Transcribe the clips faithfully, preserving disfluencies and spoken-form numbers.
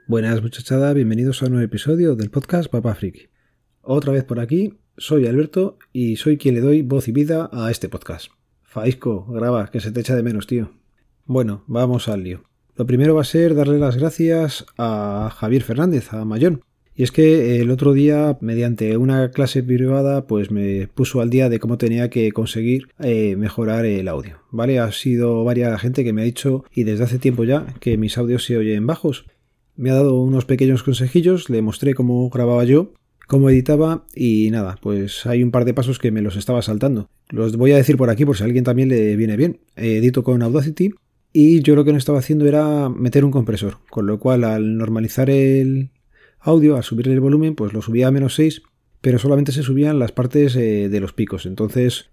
Buenas muchachada, bienvenidos a un nuevo episodio del podcast Papá Friki. Otra vez por aquí, soy Alberto y soy quien le doy voz y vida a este podcast. Faisco, graba, que se te echa de menos, tío. Bueno, vamos al lío. Lo primero va a ser darle las gracias a Javier Fernández, a Mayón. Y es que el otro día, mediante una clase privada, pues me puso al día de cómo tenía que conseguir eh, mejorar el audio, ¿vale? Ha sido varias gente que me ha dicho, y desde hace tiempo ya, que mis audios se oyen bajos. Me ha dado unos pequeños consejillos, le mostré cómo grababa yo, cómo editaba y nada, pues hay un par de pasos que me los estaba saltando. Los voy a decir por aquí por si a alguien también le viene bien. Edito con Audacity y yo lo que no estaba haciendo era meter un compresor, con lo cual al normalizar el audio, al subir el volumen, pues lo subía a menos seis, pero solamente se subían las partes eh, de los picos. Entonces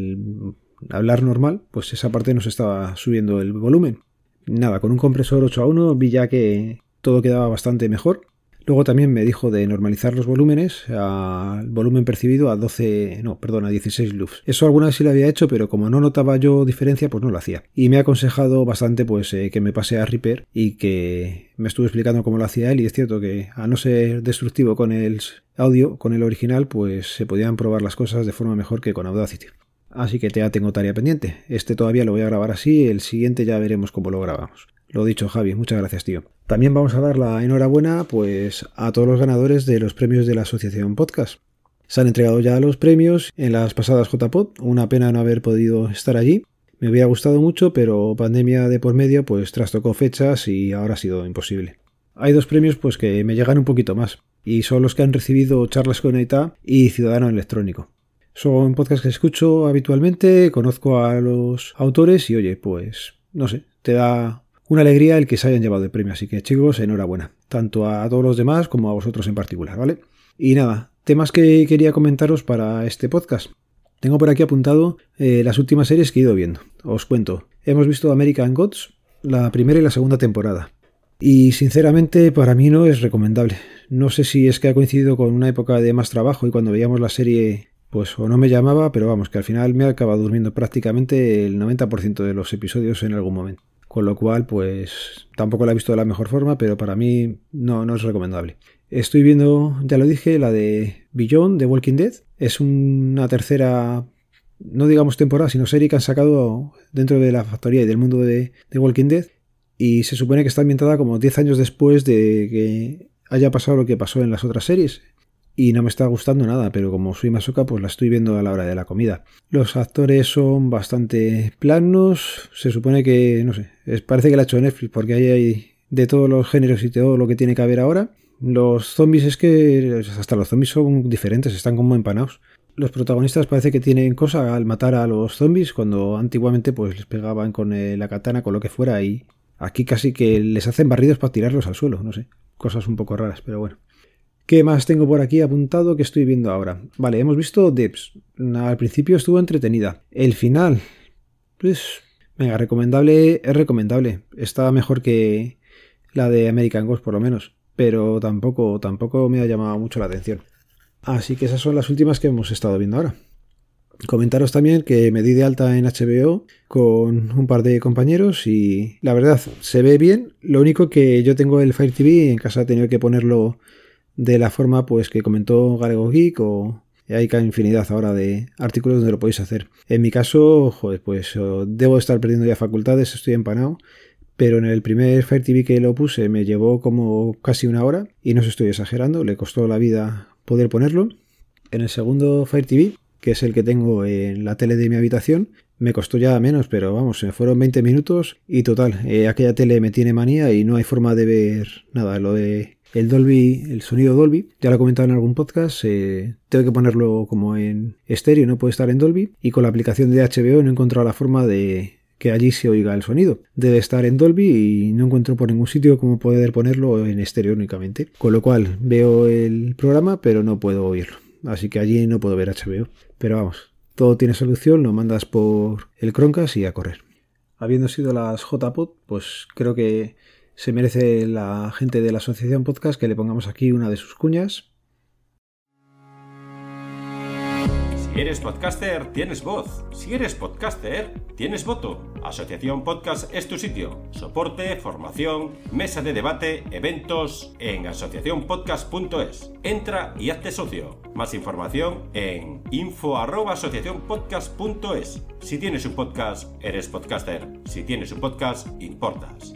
el hablar normal, pues esa parte no se estaba subiendo el volumen. Nada, con un compresor ocho a uno vi ya que todo quedaba bastante mejor. Luego también me dijo de normalizar los volúmenes al volumen percibido a doce, no, perdón, a dieciséis lufs. Eso alguna vez sí lo había hecho, pero como no notaba yo diferencia, pues no lo hacía. Y me ha aconsejado bastante pues eh, que me pase a Reaper y que me estuvo explicando cómo lo hacía él, y es cierto que a no ser destructivo con el audio, con el original, pues se podían probar las cosas de forma mejor que con Audacity. Así que ya tengo tarea pendiente. Este todavía lo voy a grabar así, el siguiente ya veremos cómo lo grabamos. Lo dicho, Javi, muchas gracias, tío. También vamos a dar la enhorabuena pues a todos los ganadores de los premios de la Asociación Podcast. Se han entregado ya los premios en las pasadas J P O D. Una pena no haber podido estar allí. Me hubiera gustado mucho, pero pandemia de por medio pues trastocó fechas y ahora ha sido imposible. Hay dos premios pues que me llegan un poquito más, y son los que han recibido Charlas con Eita y Ciudadano Electrónico. Son podcasts que escucho habitualmente, conozco a los autores y oye, pues no sé, te da una alegría el que se hayan llevado el premio, así que chicos, enhorabuena, tanto a todos los demás como a vosotros en particular, ¿vale? Y nada, temas que quería comentaros para este podcast. Tengo por aquí apuntado eh, las últimas series que he ido viendo. Os cuento, hemos visto American Gods, la primera y la segunda temporada. Y sinceramente para mí no es recomendable. No sé si es que ha coincidido con una época de más trabajo y cuando veíamos la serie pues o no me llamaba, pero vamos, que al final me he acabado durmiendo prácticamente el noventa por ciento de los episodios en algún momento. Con lo cual, pues tampoco la he visto de la mejor forma, pero para mí no, no es recomendable. Estoy viendo, ya lo dije, la de Beyond, de Walking Dead. Es una tercera, no digamos temporada, sino serie que han sacado dentro de la factoría y del mundo de, de Walking Dead. Y se supone que está ambientada como diez años después de que haya pasado lo que pasó en las otras series. Y no me está gustando nada, pero como soy masoca, pues la estoy viendo a la hora de la comida. Los actores son bastante planos, se supone que, no sé, es, parece que la ha hecho Netflix, porque ahí hay de todos los géneros y todo lo que tiene que haber ahora. Los zombies es que hasta los zombies son diferentes, están como empanados. Los protagonistas parece que tienen cosa al matar a los zombies, cuando antiguamente pues les pegaban con eh, la katana, con lo que fuera, y aquí casi que les hacen barridos para tirarlos al suelo, no sé, cosas un poco raras, pero bueno. ¿Qué más tengo por aquí apuntado que estoy viendo ahora? Vale, hemos visto Debs. Al principio estuvo entretenida. El final, pues, venga, recomendable es recomendable. Está mejor que la de American Ghost por lo menos, pero tampoco, tampoco me ha llamado mucho la atención. Así que esas son las últimas que hemos estado viendo ahora. Comentaros también que me di de alta en H B O con un par de compañeros y la verdad se ve bien. Lo único que yo tengo el Fire T V y en casa he tenido que ponerlo de la forma pues que comentó Galego Geek, o hay infinidad ahora de artículos donde lo podéis hacer. En mi caso, joder, pues debo estar perdiendo ya facultades, estoy empanado, pero en el primer Fire T V que lo puse me llevó como casi una hora y no os estoy exagerando, le costó la vida poder ponerlo. En el segundo Fire T V, que es el que tengo en la tele de mi habitación, me costó ya menos, pero vamos, se me fueron veinte minutos y total, eh, aquella tele me tiene manía y no hay forma de ver nada, lo de el Dolby, el sonido Dolby, ya lo he comentado en algún podcast, eh, tengo que ponerlo como en estéreo, no puede estar en Dolby, y con la aplicación de H B O no he encontrado la forma de que allí se oiga el sonido. Debe estar en Dolby y no encuentro por ningún sitio cómo poder ponerlo en estéreo únicamente, con lo cual veo el programa pero no puedo oírlo, así que allí no puedo ver H B O, pero vamos, todo tiene solución, lo mandas por el Chromecast y a correr. Habiendo sido las J P O D, pues creo que se merece la gente de la Asociación Podcast que le pongamos aquí una de sus cuñas. ¿Eres podcaster? Tienes voz. Si eres podcaster, tienes voto. Asociación Podcast es tu sitio. Soporte, formación, mesa de debate, eventos en asociación podcast punto es. Entra y hazte socio. Más información en info arroba asociación podcast punto es. Si tienes un podcast, eres podcaster. Si tienes un podcast, importas.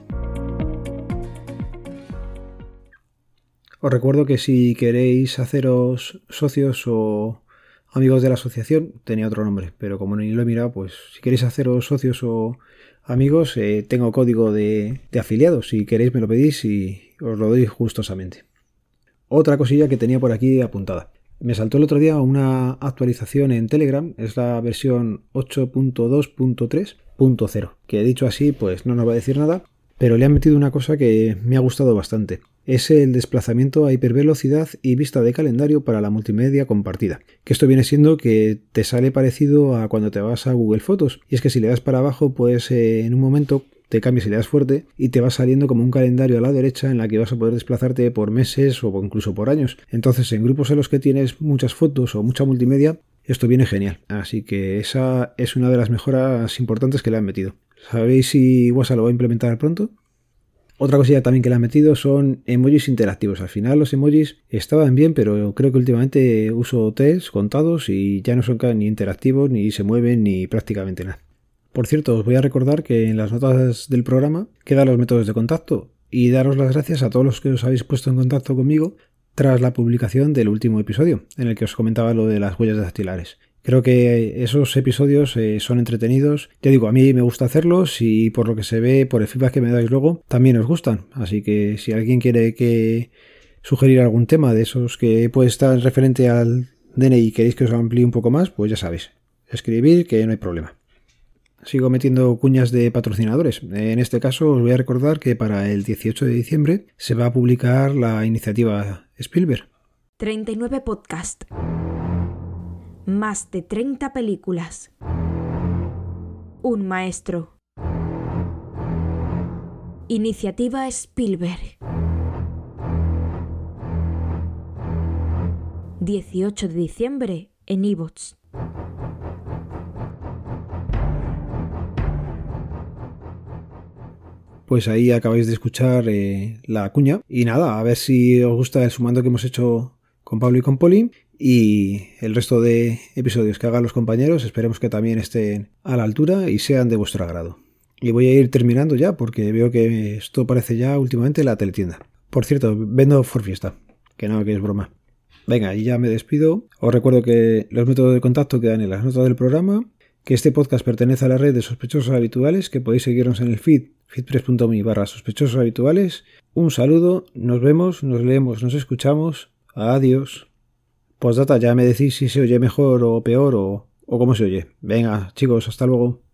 Os recuerdo que si queréis haceros socios o amigos de la asociación, tenía otro nombre, pero como ni lo he mirado, pues si queréis haceros socios o amigos, eh, tengo código de, de afiliados. Si queréis me lo pedís y os lo doy gustosamente. Otra cosilla que tenía por aquí apuntada. Me saltó el otro día una actualización en Telegram, es la versión ocho punto dos punto tres punto cero, que dicho así pues no nos va a decir nada, pero le han metido una cosa que me ha gustado bastante. Es el desplazamiento a hipervelocidad y vista de calendario para la multimedia compartida. Que esto viene siendo que te sale parecido a cuando te vas a Google Fotos. Y es que si le das para abajo, pues eh, en un momento te cambias y le das fuerte y te va saliendo como un calendario a la derecha en la que vas a poder desplazarte por meses o incluso por años. Entonces, en grupos en los que tienes muchas fotos o mucha multimedia, esto viene genial. Así que esa es una de las mejoras importantes que le han metido. ¿Sabéis si WhatsApp lo va a implementar pronto? Otra cosilla también que le han metido son emojis interactivos. Al final los emojis estaban bien, pero creo que últimamente uso test contados y ya no son ni interactivos, ni se mueven, ni prácticamente nada. Por cierto, os voy a recordar que en las notas del programa quedan los métodos de contacto y daros las gracias a todos los que os habéis puesto en contacto conmigo tras la publicación del último episodio, en el que os comentaba lo de las huellas dactilares. Creo que esos episodios eh, son entretenidos. Ya digo, a mí me gusta hacerlos y por lo que se ve, por el feedback que me dais luego, también os gustan. Así que si alguien quiere que sugerir algún tema de esos que puede estar referente al D N I y queréis que os amplíe un poco más, pues ya sabéis. Escribir que no hay problema. Sigo metiendo cuñas de patrocinadores. En este caso os voy a recordar que para el dieciocho de diciembre se va a publicar la iniciativa Spielberg. treinta y nueve podcast. Más de treinta películas. Un maestro. Iniciativa Spielberg. dieciocho de diciembre en iVoox. Pues ahí acabáis de escuchar eh, la cuña. Y nada, a ver si os gusta el sumando que hemos hecho con Pablo y con Poli. Y el resto de episodios que hagan los compañeros, esperemos que también estén a la altura y sean de vuestro agrado. Y voy a ir terminando ya porque veo que esto parece ya últimamente la teletienda. Por cierto, vendo For Fiesta, que no, que es broma. Venga, y ya me despido. Os recuerdo que los métodos de contacto quedan en las notas del programa, que este podcast pertenece a la red de sospechosos habituales, que podéis seguirnos en el feed, feedpress punto me barra sospechosos habituales. Un saludo, nos vemos, nos leemos, nos escuchamos. Adiós. Postdata, ya me decís si se oye mejor o peor o, o cómo se oye. Venga, chicos, hasta luego.